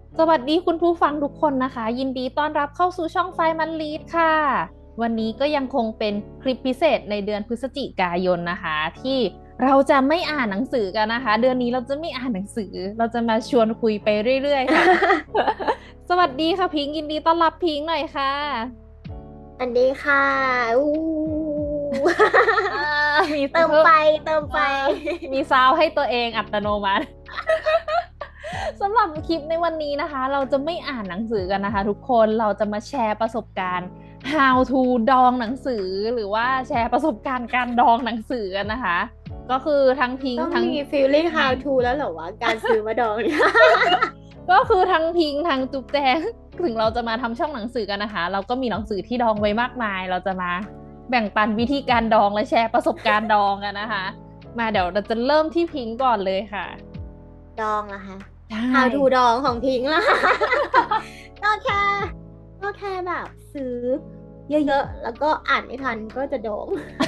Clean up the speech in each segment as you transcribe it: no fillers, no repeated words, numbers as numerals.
สวัสดีคุณผู้ฟังทุกคนนะคะยินดีต้อนรับเข้าสู่ช่องไฟมันลีดค่ะวันนี้ก็ยังคงเป็นคลิปพิเศษในเดือนพฤศจิกายนนะคะที่เราจะไม่อ่านหนังสือกันนะคะเดือนนี้เราจะไม่อ่านหนังสือเราจะมาชวนคุยไปเรื่อยๆค่ะ สวัสดีค่ะพิงค์ยินดีต้อนรับพิงค์หน่อยค่ะอันนี้ค่ะอู้อ่ามีเติมเพิ่มไฟเติมเอ่อไฟมีซาวให้ตัวเองอัตโนมัติ สำหรับคลิปในวันนี้นะคะเราจะไม่อ่านหนังสือกันนะคะทุกคนเราจะมาแชร์ประสบการณ์ how to ดองหนังสือหรือว่าแชร์ประสบการณ์การดองหนังสือกันนะคะก็คือทั้งพิงค์ทั้งต้องมี feeling how to แล้วเหรอวะการซื้อมาดองเนี่ยก็คือทั้งพิงค์ทั้งจุ๊บแจงถึงเราจะมาทำช่องหนังสือกันนะคะเราก็มีหนังสือที่ดองไว้มากมายเราจะมาแบ่งปันวิธีการดองและแชร์ประสบการณ์ดองกันนะคะมาเดี๋ยวเราจะเริ่มที่พิงค์ก่อนเลยค่ะดองเหรอคะใช่ how to ดองของพิงค์ล่ะ ก็แค่ก็แค่แบบซื้อเยอะๆแล้วก็อ่านไม่ทันก็จะดอง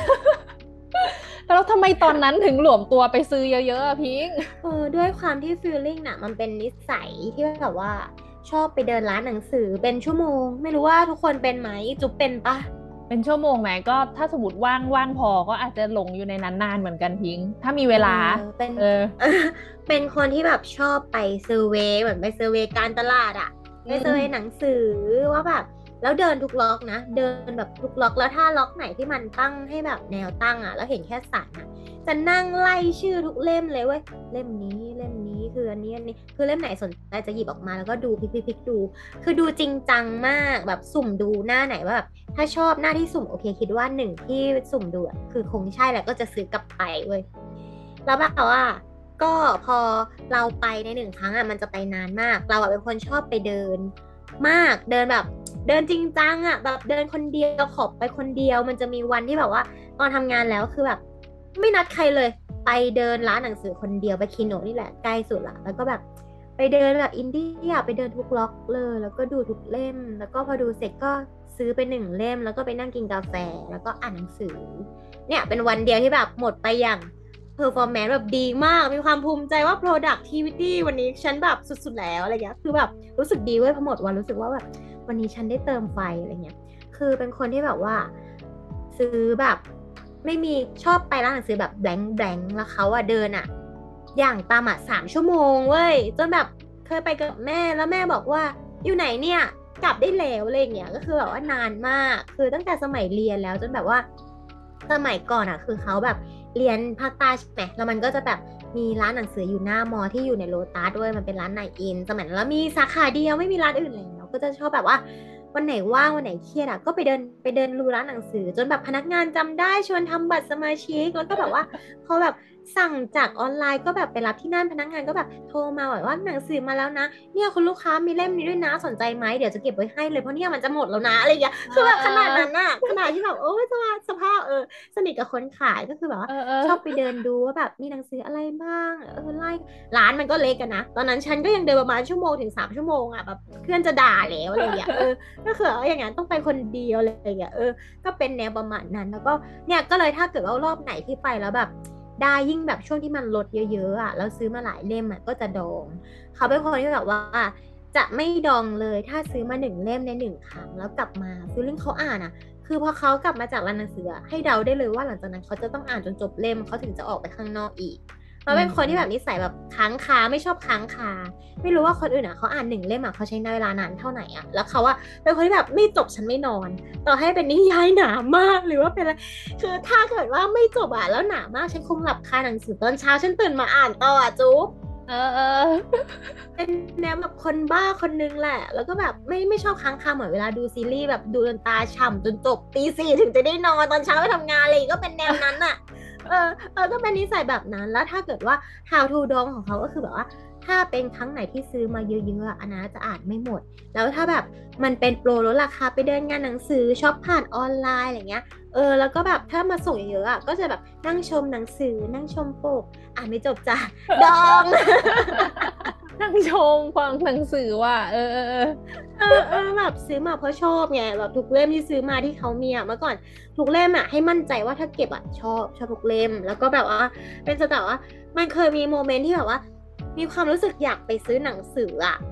แล้วทำไมตอนนั้นถึงหลวมตัวไปซื้อเยอะๆอะพิงค์ด้วยความที่ feeling น่ะมันเป็นนิสัยที่แบบว่าชอบไปเดินร้านหนังสือเป็นชั่วโมงไม่รู้ว่าทุกคนเป็นไหมจุ๊บเป็นปะเป็นชั่วโมงไหมก็ถ้าสมมติว่างพอก็อาจจะหลงอยู่ในนั้นนานเหมือนกันพิงค์ถ้ามีเวเออลาเป็นเออเป็นคนที่แบบชอบไปเซอร์เวย์เหมือนไปเซอร์เวย์การตลาดอะอืไปเซอร์เวย์หนัมงสือว่าแบบแล้วเดินทุกล็อกนะเดินแบบทุกล็อกแล้วถ้าล็อกไหนที่มันตั้งให้แบบแนวตั้งอะแล้วเห็นแค่สันอะจะนั่งไล่ชื่อทุกเล่มเลยเว้ยเล่มนี้เล่มนี้คืออันนี้คือเล่มไหนสนใจจะหยิบออกมาแล้วก็ดูพลิกดูคือดูจริงจังมากแบบสุ่มดูหน้าไหนว่าแบบถ้าชอบหน้าที่สุ่มโอเคคิดว่าหนึ่งที่สุ่มดูอะคือคงใช่แหละก็จะซื้อกลับไปเว้ย แล้วแบบว่าก็พอเราไปในหนึ่งครั้งอ่ะมันจะไปนานมากเราอ่ะเป็นคนชอบไปเดินมากเดินแบบเดินจริงจังอ่ะแบบเดินคนเดียวขอบไปคนเดียวมันจะมีวันที่แบบว่าตอนทำงานแล้วคือแบบไม่นัดใครเลยไปเดินร้านหนังสือคนเดียวไปคีโนนี่แหละใกล้สุดละแล้วก็แบบไปเดินแบบอินเดียไปเดินทุกล็อกเลยแล้วก็ดูทุกเล่มแล้วก็พอดูเสร็จก็ซื้อไปหนึ่งเล่มแล้วก็ไปนั่งกินกาแฟแล้วก็อ่านหนังสือเนี่ยเป็นวันเดียวที่แบบหมดไปอย่าง performance แบบดีมาก มีความภูมิใจว่า productivity วันนี้ฉันแบบสุดๆแล้วอะไรเงี้ยคือแบบรู้สึกดีเว้ยพอหมดวันรู้สึกว่าแบบวันนี้ฉันได้เติมไฟอะไรเงี้ยคือเป็นคนที่แบบว่าซื้อแบบไม่มีชอบไปร้านหนังสือแบบแบงค์แล้วเขาอะเดินอะอย่างตามอะ3 ชั่วโมงเว้ยจนแบบเคยไปกับแม่แล้วแม่บอกว่าอยู่ไหนเนี่ยกลับได้แล้วอะไรเงี้ยก็คือแบบว่านานมากคือตั้งแต่สมัยเรียนแล้วจนแบบว่าสมัยก่อนอะคือเขาแบบ เรียนภาคใต้ใช่ไหมแล้วมันก็จะแบบมีร้านหนังสืออยู่หน้ามอที่อยู่ในโลตัสด้วยมันเป็นร้านไนอินสมัยนั้นแล้วมีสาขาเดียวไม่มีร้านอื่นแล้วก็จะชอบแบบว่าวันไหนว่างวันไหนเครียดอ่ะก็ไปเดินดูร้านหนังสือจนแบบพนักงานจำได้ชวนทำบัตรสมาชิกแล้วก็แบบว่าเขาแบบสั่งจากออนไลน์ก็แบบไปรับที่นั่นพนักงานก็แบบโทรมาบอกว่าหนังสือมาแล้วนะเนี่ยคุณลูกค้ามีเล่มนี้ด้วยนะสนใจไหมเดี๋ยวจะเก็บไว้ให้เลยเพราะเนี่ยมันจะหมดแล้วนะอะไรอย่างเงี้ยเคือแบบขนาดออนั้นน่ะขนาดที่แบบโอ้ยสภาพสนิทกับคนขายก็คือแบบว่าเออเออชอบไปเดินดูว่าแบบมีหนังสืออะไรบ้างไล่ร้านมันก็เล็กกันนะตอนนั้นฉันก็ยังเดินประมาณ1 ชั่วโมงถึง 3 ชั่วโมงอ่ะแบบเพื่อนจะด่าแล้วอะไรอย่างเงี้ยก็คืออย่างนั้นต้องไปคนเดียวอะไรอย่างเงี้ยก็เป็นแนวประมาณนั้นแล้วก็เนี่ยก็เลยถ้าเกิดว่ารอบไหนที่ไปแล้วแบบได้ยิ่งแบบช่วงที่มันลดเยอะๆอ่ะแล้วซื้อมาหลายเล่มอ่ะก็จะดองเขาเป็นคนที่แบบว่าจะไม่ดองเลยถ้าซื้อมาหนึ่งเล่มในหนึ่งครั้งแล้วกลับมาฟีลลิ่งเขาอ่านอ่ะ คือพอเขากลับมาจากร้านหนังสือให้เดาได้เลยว่าหลังจากนั้นเขาจะต้องอ่านจนจบเล่มเขาถึงจะออกไปข้างนอกอีกเราอืเป็นคนที่แบบนิมสัยแบบค้างคาไม่ชอบค้างคาไม่รู้ว่าคนอื่นอ่ะเขาอ่านหนึ่งเล่มอ่ะเขาใช้เวลานานเท่าไหร่อ่ะแล้วเขาอ่ะเป็นคนที่แบบไม่จบฉันไม่นอนต่อให้เป็นนิยายหนามากหรือว่าเป็นอะไรคือถ้าเกิดว่าไม่จบอ่ะแล้วหนามากฉันคงหลับคาหนังสือตอนเช้าฉันตื่นมาอ่านต่ออ่ะจุ๊บเออเออเป็นแนวแบบคนบ้าคนนึงแหละแล้วก็แบบไม่ชอบค้างคาเหมือนเวลาดูซีรีส์แบบดูจนตาฉ่ำจนจบตี 4ถึงจะได้นอนตอนเช้าไปทำงานอะไรอย่างงี้ก็เป็นแนวนั้นอ่ะก็เป็นนิสัยแบบนั้นแล้วถ้าเกิดว่า how to ดองของเขาก็คือแบบว่าถ้าเป็นครั้งไหนที่ซื้อมาเยอะๆอะอันนั้นจะอ่านไม่หมดแล้วถ้าแบบมันเป็นโปรลดราคาไปเดินงานหนังสือช็อปผ่านออนไลน์อะไรเงี้ยแล้วก็แบบถ้ามาส่งเยอะๆอะก็จะแบบนั่งชมหนังสือนั่งชมปกอ่านไม่จบจ้ะดองนั่งชมฟังหนังสือว่ะเออเออเออแบบซื้อมาเพราะชอบไงแบบทุกเล่มที่ซื้อมาที่เขามีอะเมื่อก่อนทุกเล่มอะให้มั่นใจว่าถ้าเก็บอะชอบทุกเล่มแล้วก็แบบว่าเป็นสไตล์ว่ามันเคยมีโมเมนต์ที่แบบว่ามีความรู้สึกอยากไปซื้อหนังสืออะ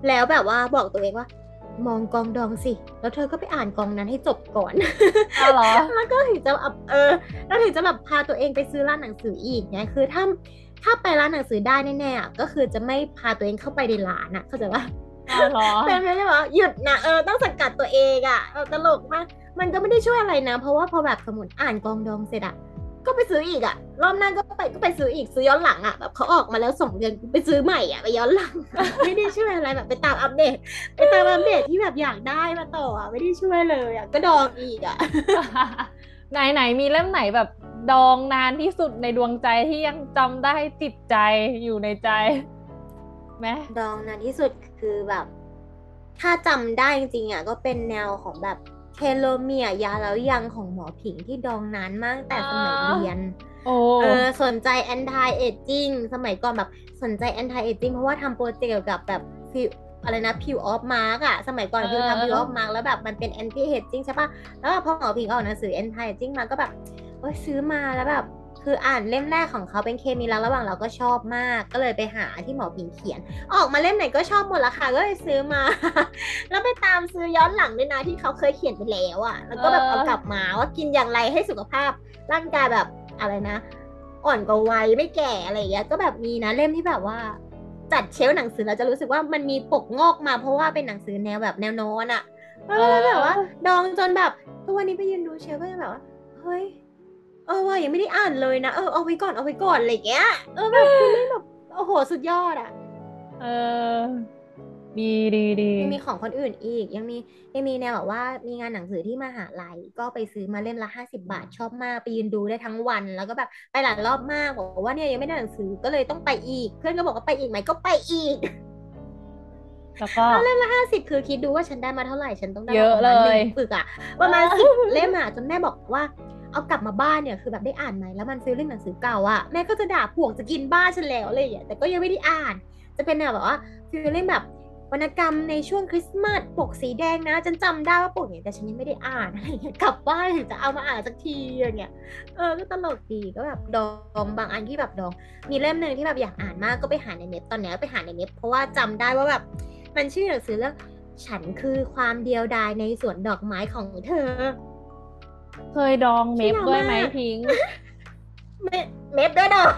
แล้วแบบว่าบอกตัวเองว่า มองกองดองสิแล้วเธอก็ไปอ่านกองนั้นให้จบก่อนอ้าวเหรอแล้วก็ถึงจะแบบแล้วถึงจะแบบพาตัวเองไปซื้อร้านหนังสืออีกไงคือถ้าไปร้านหนังสือได้แน่ๆอะก็คือจะไม่พาตัวเองเข้าไปในร้านอ่ะเข้าใจปะอ้าวเหรอเป็นไม่ได้ว่าหยุดนะต้องสกัดตัวเองอ่ะตลกมากมันก็ไม่ได้ช่วยอะไรนะเพราะว่าพอแบบสมมติอ่านกองดองเสร็จอ่ะก็ไปซื้ออีกอ่ะรอบหน้าก็ไปซื้ออีกซื้อย้อนหลังอ่ะแบบเขาออกมาแล้ว2 เดือนไปซื้อใหม่อ่ะไปย้อนหลัง ไม่ได้ช่วยอะไรแบบไปตามอัปเดตที่แบบอยากได้มาต่ออ่ะไม่ได้ช่วยเลยอ่ะก็ดองอีกอ่ะไหนมีเล่มไหนแบบดองนานที่สุดในดวงใจที่ยังจำได้ติดใจอยู่ในใจไหมดองนานที่สุดคือแบบ ถ้าจำได้จริงๆอ่ะก็เป็นแนวของแบบเทโลเมียร์ยาแล้วยังของหมอผิงที่ดองนานมากตั้งแต่สมัยเรียนโอ้สนใจ anti aging สมัยก่อนแบบสนใจ anti aging เพราะว่าทำโปรเจกต์เกี่ยวกับแบบฟิวอะไรนะ peel off mark อ่ะสมัยก่อนคือทำ peel off mark แล้วแบบมันเป็น anti aging ใช่ปะแล้วพอหมอผิงออกหนังสือ anti aging มาก็แบบซื้อมาแล้วแบบคืออ่านเล่มแรกของเขาเป็นเคมีรักระหว่างเราก็ชอบมากก็เลยไปหาที่หมอผิงเขียน ออกมาเล่มไหนก็ชอบหมดละค่ะก็เลยซื้อมา แล้วไปตามซื้อย้อนหลังด้วยนะที่เขาเคยเขียนไปแล้วอ่ะแล้วก็แบบเอากลับมาว่ากินอย่างไรให้สุขภาพร่างกายแบบอะไรนะ อ่อนกว่าวัยไม่แก่อะไรอย่างเงี้ยก็แบบมีนะเล่มที่แบบว่า จัดเชลฟ์หนังสือแล้วจะรู้สึกว่ามันมีปกงอกมาเพราะว่าเป็นหนังสือแนวแบบแนวนอนอ่ะก็เลยแบบว่า ดองจนแบบทุกวันนี้ไปยืนดูเชลฟ์ก็จะแบบว่าเฮ้ยว่ายังไม่ได้อ่านเลยนะเอาไว้ก่อนอะไรอย่างเงี้ยแบบคือเล่นแบบโอ้โหสุดยอดอ่ะเออดียังมีของคนอื่นอีกยังมีแนวแบบว่ามีงานหนังสือที่มหาลัยก็ไปซื้อมาเล่มละ50 บาทชอบมากไปยืนดูได้ทั้งวันแล้วก็แบบไปหลายรอบมากบอกว่าเนี่ยยังไม่ได้หนังสือก็เลยต้องไปอีกเพื่อนก็บอกว่าไปอีกไหมก็ไปอีกแล้วก็เล่มละ50คือคิดดูว่าฉันได้มาเท่าไหร่ฉันต้องได้เยอะประมาณเลย 1 ปึกอะประมาณ10 เล่มอะจนแม่บอกว่าเอากลับมาบ้านเนี่ยคือแบบได้อ่านไหมแล้วมันฟีลลิ่งหนังสือเก่าอะแม่ก็จะด่าพวกจะกินบ้านฉันแล้วอะไรอย่างเงี้ยแต่ก็ยังไม่ได้อ่าน จะเป็นแนวแบบว่าฟีลลิ่งแบบวรรณกรรมในช่วงคริสต์มาสปกสีแดงนะฉันจำได้ว่าปกอย่างแต่ฉันยังไม่ได้อ่านอะไรอย่างเงี้ยกลับบ้านถึงจะเอามาอ่านสักทีอย่างเงี้ยก็ตลกดีก็แบบดองบางอันที่แบบดองมีเล่มหนึ่งที่แบบอยากอ่านมากก็ไปหาในเน็ตตอนเนี้ยไปหาในเน็ตเพราะว่าจำได้ว่าแบบมันชื่อหนังสือเรื่องฉันคือความเดียวดายในสวนดอกไม้ของเธอเคยดองเมฟด้วยไหมชื่อยาวมากพิงค์เม็ดด้วยดอก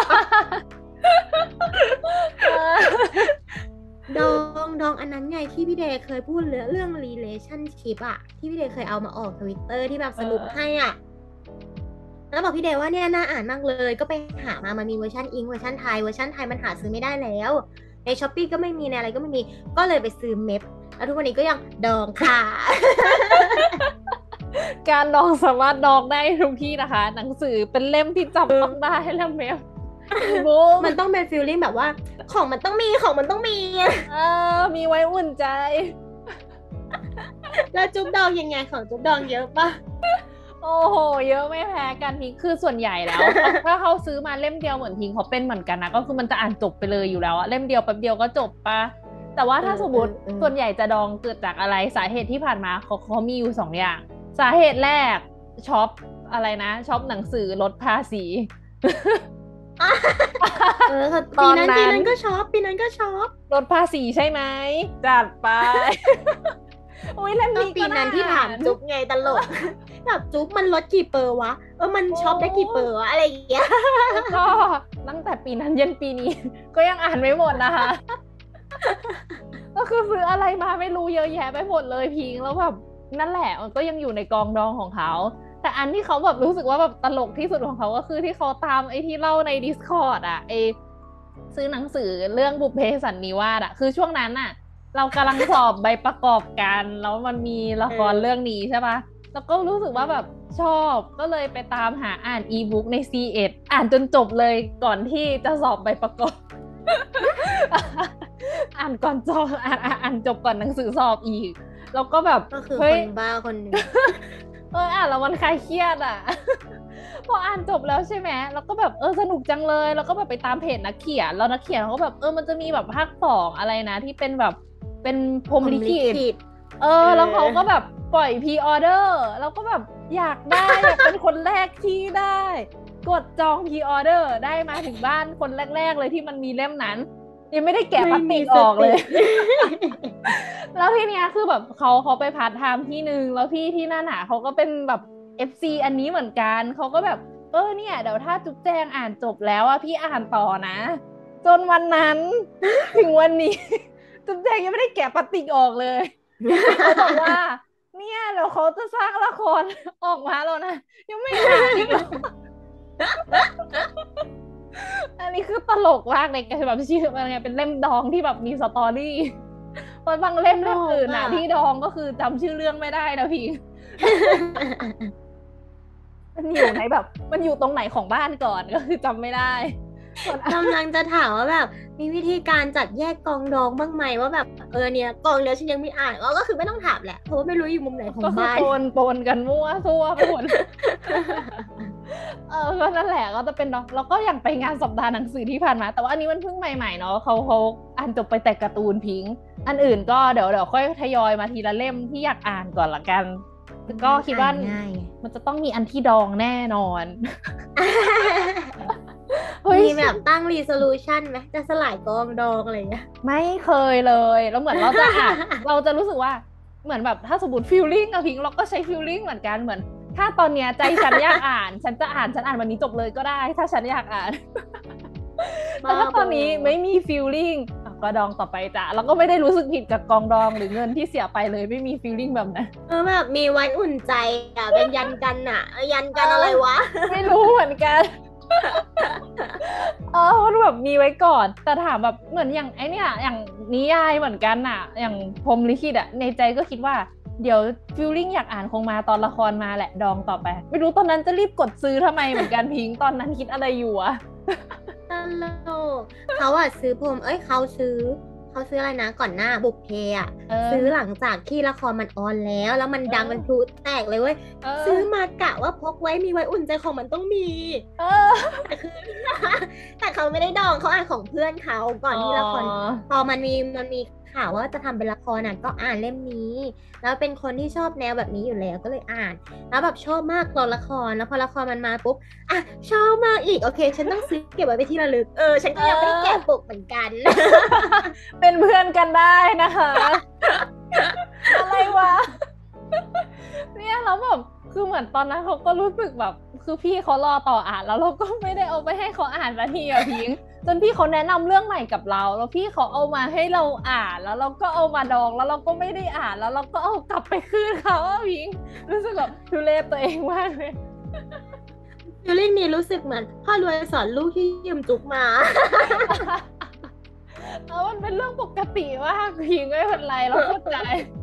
ดองอันนั้นไงที่พี่เดย์เคยพูดเรื่อง relationship อะที่พี่เดย์เคยเอามาออกทวิตเตอร์ที่แบบสรุปให้อ่ะแล้วบอกพี่เดย์ว่าเนี่ยน่าอ่านมากเลยก็ไปหามามันมีเวอร์ชันอิงเวอร์ชันไทยมันหาซื้อไม่ได้แล้วในช้อปปี้ก็ไม่มีในอะไรก็ไม่มีก็เลยไปซื้อเม็ดแล้วทุกวันนี้ก็ยังดองค่ะการดองสามารถดองได้ทุกที่นะคะ หนังสือเป็นเล่มที่จับต้องได้แล้วเมฟอีบุ๊กมันต้องเป็นฟีลลิ่งแบบว่าของมันต้องมีมีไว้อุ่นใจแล้วจุ๊บดองยังไงของจุ๊บดองเยอะปะโอ้โห เยอะไม่แพ้กันพิงค์คือส่วนใหญ่แล้ว ถ้าเขาซื้อมาเล่มเดียวเหมือนพิงค์เขาเป็นเหมือนกันนะก็คือมันจะอ่านจบไปเลยอยู่แล้วอะเล่มเดียวแป๊บเดียวก็จบปะแต่ว่าถ้าสมมติส่วนใหญ่จะดองเกิดจากอะไรสาเหตุที่ผ่านมาเขามีอยู่2 อย่าง สาเหตุแรกช็อปอะไรนะช็อปหนังสือลดภาษีปีนั้นก็ช็อปลดภาษีใช่ไหมจัดไป อุ้ยเล่มก็นี้ปีก็นั้นที่ถามอ่จุ๊บไงตลก แบบจุ๊บมันลดกี่เปอร์วะมันช็อปได้กี่เปอร์วะอะไรอย่างเงี้ยแล้วก็ตั้งแต่ปีนั้นยันปีนี้ ก็ยังอ่านไม่หมดนะคะ ก็คือซื้ออะไรมาไม่รู้เยอะแยะไปหมดเลยพิงค์แล้วแบบนั่นแหละมันก็ยังอยู่ในกองดองของเขา แต่อันที่เขาแบบรู้สึกว่าแบบตลกที่สุดของเขาก็คือที่เขาตามไอ้ที่เล่าใน Discord อ่ะซื้อหนังสือเรื่องบุพเพสันนิวาสอ่ะคือช่วงนั้นอ่ะ เรากำลังสอบใบประกอบกันแล้วมันมีละครเรื่องนี้ใช่ปะแล้วก็รู้สึกว่าแบบชอบก็เลยไปตามหาอ่านอีบุ๊กใน C1 อ่านจนจบเลยก่อนที่จะสอบใบประกอบ อ่านก่อนสอบอ่านจบก่อนหนังสือสอบอีก แล้วก็แบบก็คือเฮ้คยนบ้าคนหนึ่งอ่านแล้วมันคลายเครียดอ่ะ พออ่านจบแล้วใช่ไหมแล้วก็แบบสนุกจังเลยแล้วก็แบบไปตามเพจนักเขียนแล้วนักเขียนเขาก็แบบมันจะมีแบบภาค 2อะไรนะที่เป็นแบบเป็นพรหมลิขิตแล้วเขาก็แบบปล่อยพรีออเดอร์แล้วก็แบบอยากได้ อยากเป็นคนแรกที่ได้ กดจองพรีออเดอร์ได้มาถึงบ้านคนแรกๆเลยที่มันมีเล่มนั้นยังไม่ได้แกะพลาสติกออกเลย แล้วทีเนี้ยคือแบบเขาไปพาร์ทไทม์ที่นึงแล้วพี่ที่นั่นเขาก็เป็นแบบ FC อันนี้เหมือนกันเขาก็แบบเนี่ยเดี๋ยวถ้าจุ๊บแจงอ่านจบแล้วพี่อ่านต่อนะจนวันนั้น ถึงวันนี้ จุ๊บแจงยังไม่ได้แกะพลาสติกออกเลยเขาบอกว่าเนี่ยเดี๋ยวเขาจะสร้างละครออกมาแล้วนะยังไม่อ่านอีกแล้วอันนี้คือตลกมากในการแบบชื่อมันไงเป็นเล่มดองที่แบบมีสตอรี่เพราะบางเล่มอื่นที่ดองก็คือจำชื่อเรื่องไม่ได้นะพี่ มันอยู่ในแบบมันอยู่ตรงไหนของบ้านก่อนก็คือจำไม่ได้กำลังจะถามว่าแบบมีวิธีการจัดแยกกองดองบ้างไหมว่าแบบเนี่ยกองเดียวฉันยังไม่อ่านก็คือไม่ต้องถามแหละเพราะว่าไม่รู้อยู่มุมไหนของบ้านก็คือปนกันมั่วซั่วไปหมด ก็นั่นแหละก็จะเป็นเนาะแล้วก็อย่างไปงานสัปดาห์หนังสือที่ผ่านมาแต่ว่าอันนี้มันเพิ่งใหม่ๆเนาะเขาอ่านจบไปแต่การ์ตูนพิงค์อันอื่นก็เดี๋ยวค่อยทยอยมาทีละเล่มที่อยากอ่านก่อนละกันก็คิดว่ามันจะต้องมีอันที่ดองแน่นอนมีแบบตั้ง resolution ไหมจะสลายกองดองอะไรอย่างเงี้ยไม่เคยเลยแล้วเหมือนเราจะอ่าน เราจะรู้สึกว่าเหมือนแบบถ้าสมมติฟีลลิ่งอะพิงเราก็ใช้ฟีลลิ่งเหมือนกันเหมือนถ้าตอนเนี้ยใจฉันอยากอ่านฉันอ่านวันนี้จบเลยก็ได้ถ้าฉันอยากอ่าน แต่ถ้าตอนนี้ไม่มีฟีลลิ่งก็ดองต่อไปจ้ะแล้วก็ไม่ได้รู้สึกผิดกับกองดองหรือเงินที่เสียไปเลยไม่มีฟีลลิ่งแบบนั้นแบบมีไว้อุ่นใจเป็นยันกันยันกันอะไรวะไม่รู้เหมือนกันมันแบบมีไว้ก่อนแต่ถามแบบเหมือนอย่างไอ้เนี่ยอย่างนิยายเหมือนกันอย่างพรหมลิขิตในใจก็คิดว่าเดี๋ยวฟีลลิ่งอยากอ่านคงมาตอนละครมาแหละดองต่อไปไม่รู้ตอนนั้นจะรีบกดซื้อทำไมเหมือนกันพิงตอนนั้นคิดอะไรอยู่อะตลกเขาซื้อผมเขาซื้ออะไรนะก่อนหน้าบุพเพซื้อหลังจากที่ละครมันออนแล้วมันดังมันพลุแตกเลยเว้ยซื้อมากะว่าพกไว้มีไว้อุ่นใจของมันต้องมีแต่เขาไม่ได้ดองเขาอ่านของเพื่อนเขาก่อนที่ละครพอมันมีข่าวว่าจะทำเป็นละครก็อ่านเล่มนี้แล้วเป็นคนที่ชอบแนวแบบนี้อยู่แล้วก็เลยอ่านแล้วแบบชอบมากตอนละครแล้วพอละครมันมาปุ๊บชอบมากอีกโอเคฉันต้องซื้อเก็บไว้เป็นที่ระลึกฉันก็ยังไม่ได้แกะปกเหมือนกันเป็นเพื่อนกันได้นะคะอะไรวะเนี่ยแล้วแบบคือเหมือนตอนนั้นเขาก็รู้สึกแบบคือพี่เขารอต่ออ่านแล้วเราก็ไม่ได้เอาไปให้เขาอ่านสักทีพิงจนพี่เขาแนะนำเรื่องใหม่กับเราแล้วพี่เขาเอามาให้เราอ่านแล้วเราก็เอามาดองแล้วเราก็ไม่ได้อ่านแล้วเราก็เอากลับไปคืนเขาพิงรู้สึกแบบทุเรศตัวเองมากเลยฟีลลิ่งนี้รู้สึกเหมือนพ่อรวยสอนลูกที่ยืมจุกมามันเป็นเรื่องปกติมากพิงไม่เป็นไรเราเข้าใจ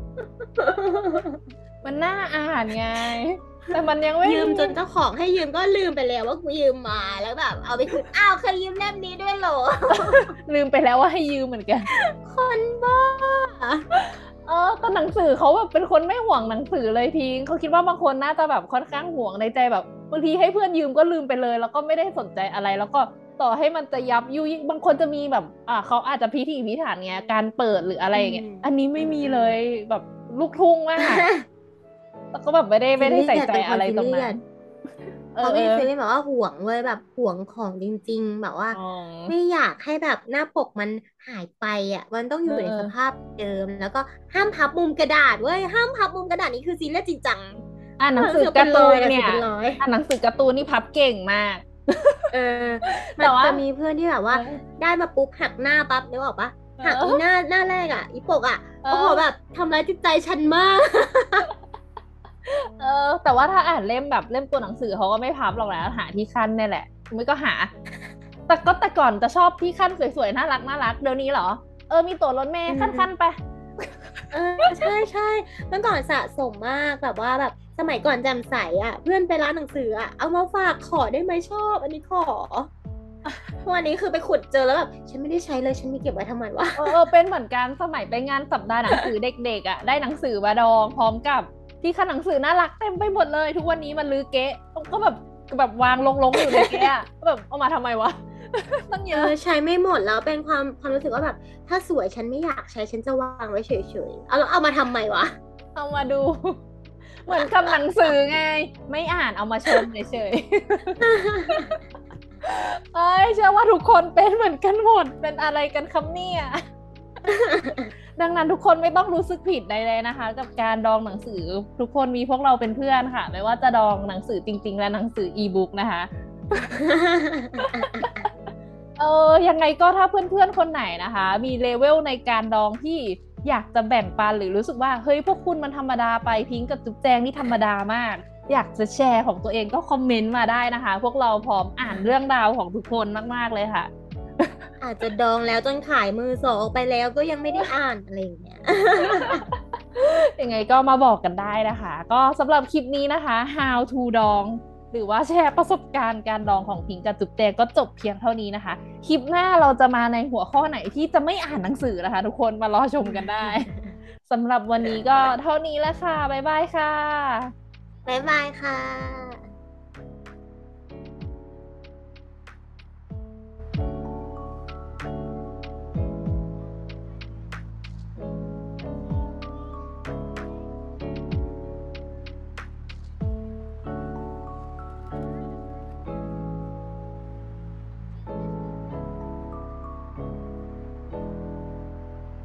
มันน่าอ่านไงแต่มันยังไม่ยืมจนเจ้าของให้ยืมก็ลืมไปแล้วว่ากูยืมมาแล้วแบบเอาไปคืนเคยยืมเล่มนี้ด้วยเหรอลืมไปแล้วว่าให้ยืมเหมือนกันคนบ้าแต่หนังสือเขาแบบเป็นคนไม่ห่วงหนังสือเลยพิงเขาคิดว่าบางคนน่าจะแบบค่อนข้างห่วงในใจแบบบางทีให้เพื่อนยืมก็ลืมไปเลยแล้วก็ไม่ได้สนใจอะไรแล้วก็ต่อให้มันจะยับยุยบางคนจะมีแบบเขาอาจจะพิถีพิถันเงี้ยการเปิดหรืออะไรเงี้ยอันนี้ไม่มีเลยแบบลูกทุ่งมากแล้วก็แบบไม่ได้ใส่ใจอะไรตรงนั้นเขาไม่เคยแบบว่าห่วงเว้ยแบบห่วงของจริงๆแบบว่าไม่อยากให้แบบหน้าปกมันหายไปมันต้องอยู่ในสภาพเดิมแล้วก็ห้ามพับมุมกระดาษเว้ยห้ามพับมุมกระดาษนี่คือซีเรียสจริงจังหนังสือการ์ตูนเนี่ยหนังสือการ์ตูนนี่พับเก่งมากแต่ว่าจะมีเพื่อนที่แบบว่าได้มาปุ๊บหักหน้าปั๊บนึกออกปะหักอีหน้าแรกอีปกโอ้โหแบบทำร้ายจิตใจฉันมากแต่ว่าถ้าอ่านเล่มแบบเล่มตัวหนังสือเขาก็ไม่พับหรอกนะหาที่ขั้นนี่แหละไม่ก็หาแต่ก่อนจะชอบที่ขั้นสวยๆน่ารักเดี๋ยวนี้เหรอมีตั๋วรถเมล์ขั้นไปใช่เมื่อก่อนสะสมมากแบบว่าแบบสมัยก่อนแจ่มใสเพื่อนไปร้านหนังสือเอามาฝากขอได้ไหมชอบอันนี้ขอวันนี้คือไปขุดเจอแล้วแบบฉันไม่ได้ใช้เลยฉันมีเก็บไว้ทำไมวะเป็นเหมือนกันสมัยไปงานสัปดาห์หนังสือเด็กๆได้หนังสือมาดองพร้อมกับที่ขั้นหนังสือน่ารักเต็มไปหมดเลยทุกวันนี้มันลือเกะก็แบบวางลงอยู่ในเกะแบบเอามาทำไมวะตั้งเยอะใช้ไม่หมดแล้วเป็นความรู้สึกว่าแบบถ้าสวยฉันไม่อยากใช้ฉันจะวางไว้เฉยๆเอามาทำไมวะเอามาดูเหมือนกับหนังสือไงไม่อ่านเอามาชมเฉยเอ้ยเชื่อว่าทุกคนเป็นเหมือนกันหมดเป็นอะไรกันครับเนี่ย ดังนั้นทุกคนไม่ต้องรู้สึกผิดใดๆนะคะกับการดองหนังสือทุกคนมีพวกเราเป็นเพื่อนค่ะไม่ว่าจะดองหนังสือจริงๆและหนังสืออีบุ๊กนะคะ ยังไงก็ถ้าเพื่อนๆคนไหนนะคะมีเลเวลในการดองที่อยากจะแบ่งปันหรือรู้สึกว่าเฮ้ยพวกคุณมันธรรมดาไปพิงค์กับจุ๊บแจงนี่ธรรมดามากอยากจะแชร์ของตัวเองก็คอมเมนต์มาได้นะคะพวกเราพร้อมอ่านเรื่องราวของทุกคนมากๆเลยค่ะอาจจะดองแล้วจนขายมือสองไปแล้วก็ยังไม่ได้อ่านอะไรอย่างเงี้ยยังไงก็มาบอกกันได้นะคะ ก็สำหรับคลิปนี้นะคะ How to ดองหรือว่าแชร์ประสบการณ์การดองของพิงกับจุ๊บแจงก็จบเพียงเท่านี้นะคะ คลิปหน้าเราจะมาในหัวข้อไหนที่จะไม่อ่านหนังสือนะคะทุกคนมารอชมกันได้ สำหรับวันนี้ก็เท่านี้แล้วค่ะ บ๊ายบายค่ะบ๊ายบายค่ะ